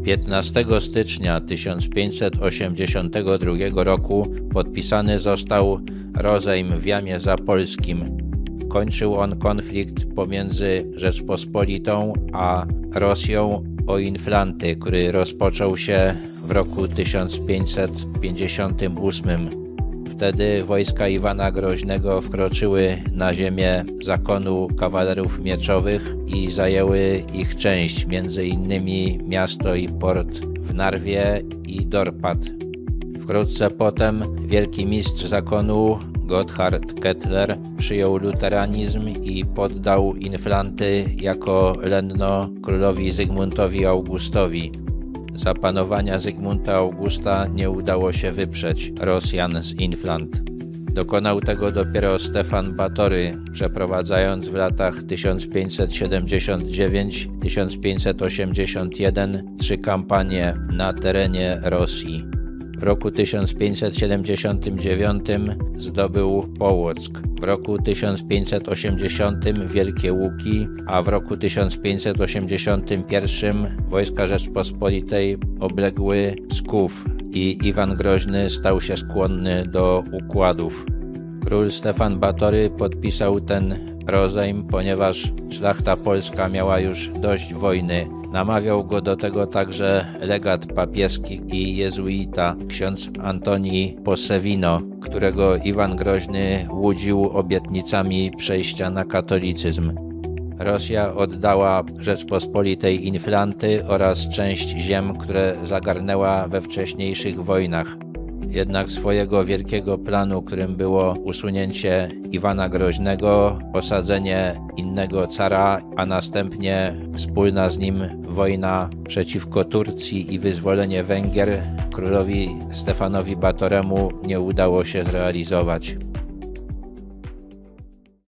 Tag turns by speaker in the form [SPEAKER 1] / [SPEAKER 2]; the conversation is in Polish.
[SPEAKER 1] 15 stycznia 1582 roku podpisany został rozejm w Jamie Zapolskim. Kończył on konflikt pomiędzy Rzeczpospolitą a Rosją o Inflanty, który rozpoczął się w roku 1558. Wtedy wojska Iwana Groźnego wkroczyły na ziemię zakonu kawalerów mieczowych i zajęły ich część, m.in. miasto i port w Narwie i Dorpat. Wkrótce potem wielki mistrz zakonu Gotthard Kettler przyjął luteranizm i poddał Inflanty jako lenno królowi Zygmuntowi Augustowi. Za panowania Zygmunta Augusta nie udało się wyprzeć Rosjan z Inflant. Dokonał tego dopiero Stefan Batory, przeprowadzając w latach 1579-1581 3 kampanie na terenie Rosji. W roku 1579 zdobył Połock, w roku 1580 Wielkie Łuki, a w roku 1581 wojska Rzeczpospolitej obległy Psków i Iwan Groźny stał się skłonny do układów. Król Stefan Batory podpisał ten rozejm, ponieważ szlachta polska miała już dość wojny. Namawiał go do tego także legat papieski i jezuita, ksiądz Antoni Possevino, którego Iwan Groźny łudził obietnicami przejścia na katolicyzm. Rosja oddała Rzeczpospolitej Inflanty oraz część ziem, które zagarnęła we wcześniejszych wojnach. Jednak swojego wielkiego planu, którym było usunięcie Iwana Groźnego, osadzenie innego cara, a następnie wspólna z nim wojna przeciwko Turcji i wyzwolenie Węgier, królowi Stefanowi Batoremu nie udało się zrealizować.